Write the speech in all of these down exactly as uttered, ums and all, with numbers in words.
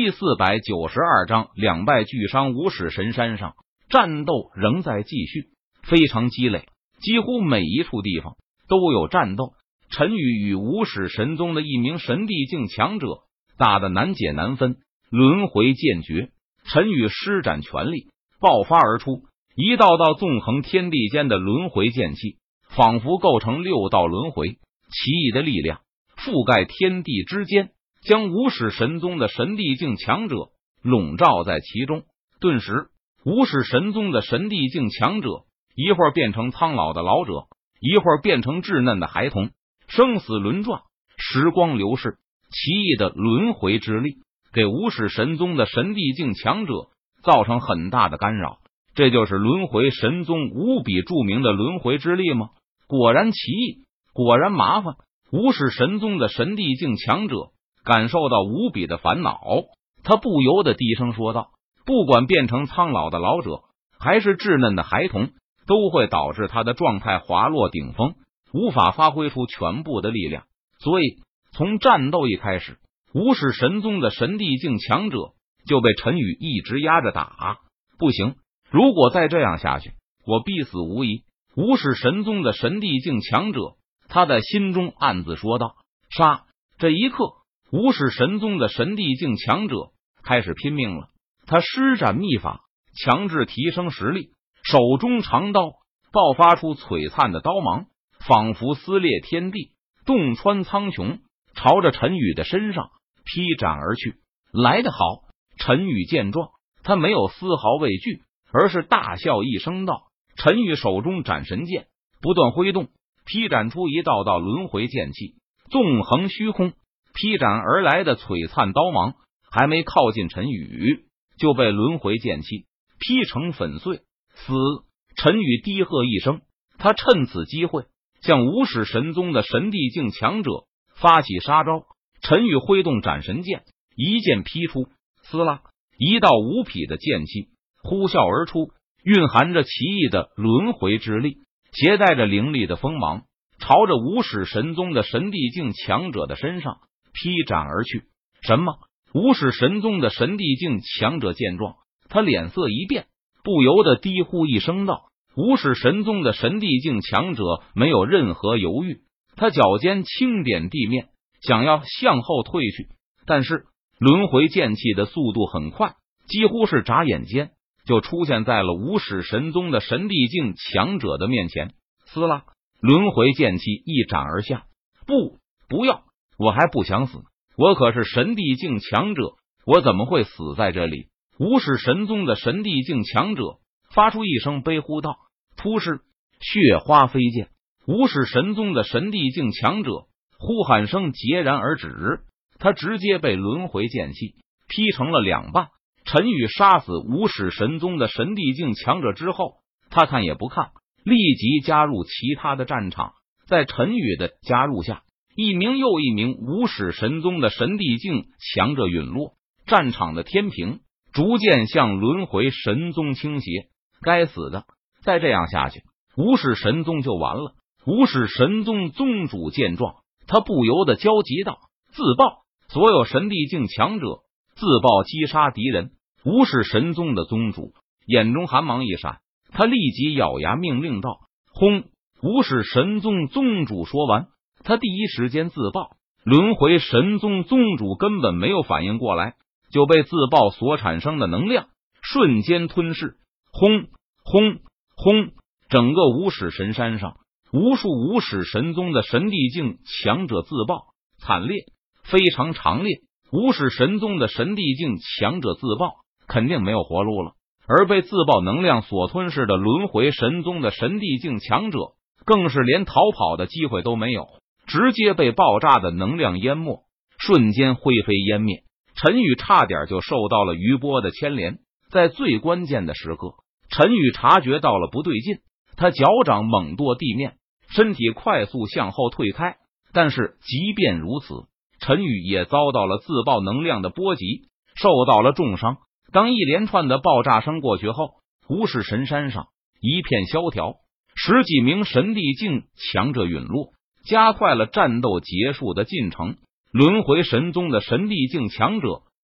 第四百九十二章两败俱伤。无始神山上战斗仍在继续，非常激烈，几乎每一处地方都有战斗。陈宇与无始神宗的一名神帝境强者打得难解难分，轮回剑诀，陈宇施展全力爆发而出，一道道纵横天地间的轮回剑气仿佛构成六道轮回，奇异的力量覆盖天地之间，将无始神宗的神帝境强者笼罩在其中。顿时无始神宗的神帝境强者一会儿变成苍老的老者，一会儿变成稚嫩的孩童，生死轮转，时光流逝，奇异的轮回之力给无始神宗的神帝境强者造成很大的干扰。这就是轮回神宗无比著名的轮回之力吗？果然奇异，果然麻烦。无始神宗的神帝境强者感受到无比的烦恼，他不由得低声说道：不管变成苍老的老者还是稚嫩的孩童，都会导致他的状态滑落顶峰，无法发挥出全部的力量。所以从战斗一开始，无始神宗的神帝境强者就被陈宇一直压着打。不行，如果再这样下去，我必死无疑。无始神宗的神帝境强者他在心中暗自说道。杀！这一刻，无始神宗的神帝境强者开始拼命了。他施展秘法，强制提升实力，手中长刀爆发出璀璨的刀芒，仿佛撕裂天地，洞穿苍穹，朝着陈宇的身上劈斩而去。来得好！陈宇见状，他没有丝毫畏惧，而是大笑一声道：陈宇手中斩神剑不断挥动，劈斩出一道道轮回剑气，纵横虚空。劈斩而来的璀璨刀芒还没靠近陈宇，就被轮回剑气劈成粉碎。死！陈宇低喝一声，他趁此机会向无始神宗的神帝境强者发起杀招。陈宇挥动斩神剑，一剑劈出，撕拉，一道无匹的剑气呼啸而出，蕴含着奇异的轮回之力，携带着凌厉的锋芒，朝着无始神宗的神帝境强者的身上劈斩而去。什么？无始神宗的神帝境强者见状，他脸色一变，不由得低呼一声道：无始神宗的神帝境强者没有任何犹豫，他脚尖轻点地面，想要向后退去，但是轮回剑气的速度很快，几乎是眨眼间就出现在了无始神宗的神帝境强者的面前。撕拉，轮回剑气一斩而下。不，不要！我还不想死，我可是神帝境强者，我怎么会死在这里？无始神宗的神帝境强者发出一声悲呼道。突施，血花飞溅，无始神宗的神帝境强者呼喊声截然而止，他直接被轮回剑气劈成了两半。陈宇杀死无始神宗的神帝境强者之后，他看也不看，立即加入其他的战场。在陈宇的加入下，一名又一名无始神宗的神帝境强者陨落，战场的天平逐渐向轮回神宗倾斜。该死的，再这样下去，无始神宗就完了。无始神宗宗主见状，他不由得焦急道：自爆！所有神帝境强者自爆击杀敌人。无始神宗的宗主眼中寒芒一闪，他立即咬牙命令道：轰！无始神宗宗主说完，他第一时间自爆。轮回神宗宗主根本没有反应过来，就被自爆所产生的能量瞬间吞噬。轰轰轰！整个无始神山上，无数无始神宗的神帝境强者自爆，惨烈，非常强烈。无始神宗的神帝境强者自爆，肯定没有活路了。而被自爆能量所吞噬的轮回神宗的神帝境强者，更是连逃跑的机会都没有，直接被爆炸的能量淹没，瞬间灰飞烟灭。陈宇差点就受到了余波的牵连。在最关键的时刻，陈宇察觉到了不对劲，他脚掌猛跺地面，身体快速向后退开。但是即便如此，陈宇也遭到了自爆能量的波及，受到了重伤。当一连串的爆炸声过去后，无始神山上一片萧条，十几名神帝境强者陨落，加快了战斗结束的进程。轮回神宗的神帝境强者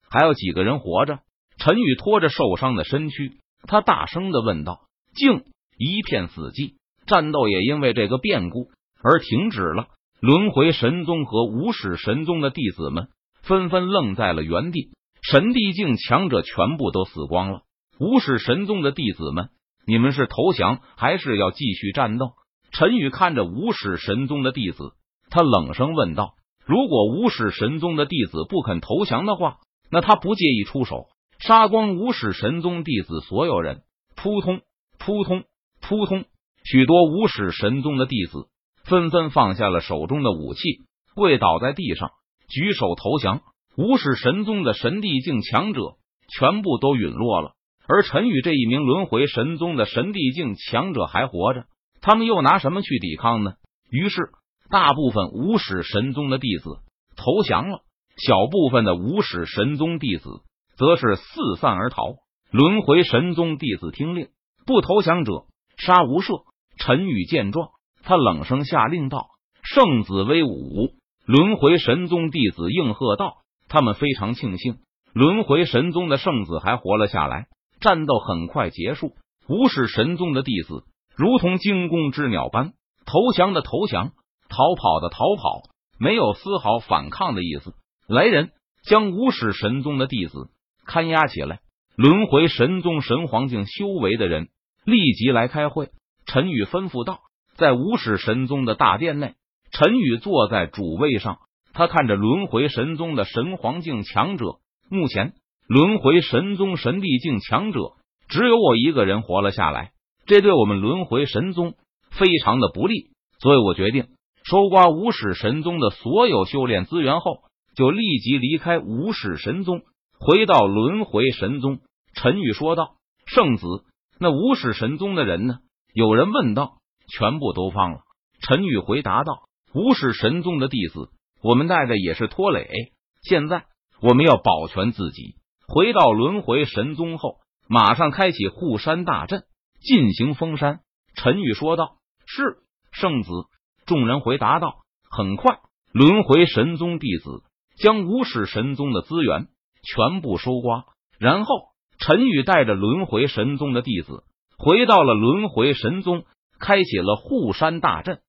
还有几个人活着？陈宇拖着受伤的身躯，他大声的问道。静，一片死寂，战斗也因为这个变故而停止了。轮回神宗和无始神宗的弟子们纷纷愣在了原地，神帝境强者全部都死光了。无始神宗的弟子们，你们是投降还是要继续战斗？陈宇看着无始神宗的弟子，他冷声问道。如果无始神宗的弟子不肯投降的话，那他不介意出手杀光无始神宗弟子所有人。扑通扑通扑通，许多无始神宗的弟子纷纷放下了手中的武器，跪倒在地上，举手投降。无始神宗的神帝境强者全部都陨落了，而陈宇这一名轮回神宗的神帝境强者还活着，他们又拿什么去抵抗呢？于是大部分无始神宗的弟子投降了，小部分的无始神宗弟子则是四散而逃。轮回神宗弟子听令，不投降者杀无赦。陈宇见状，他冷声下令道：圣子威武！轮回神宗弟子应和道。他们非常庆幸轮回神宗的圣子还活了下来。战斗很快结束，无始神宗的弟子如同惊弓之鸟般，投降的投降，逃跑的逃跑，没有丝毫反抗的意思。来人，将无始神宗的弟子看押起来。轮回神宗神皇境修为的人立即来开会。陈宇吩咐道。在无始神宗的大殿内，陈宇坐在主位上，他看着轮回神宗的神皇境强者。目前轮回神宗神帝境强者只有我一个人活了下来，这对我们轮回神宗非常的不利，所以我决定收刮无始神宗的所有修炼资源后，就立即离开无始神宗，回到轮回神宗。陈宇说道。圣子，那无始神宗的人呢？有人问道。全部都放了。陈宇回答道。无始神宗的弟子我们带的也是拖累，现在我们要保全自己。回到轮回神宗后，马上开启护山大阵，进行封山。陈宇说道。是，圣子。众人回答道。很快，轮回神宗弟子将无始神宗的资源全部收刮，然后陈宇带着轮回神宗的弟子回到了轮回神宗，开启了护山大阵。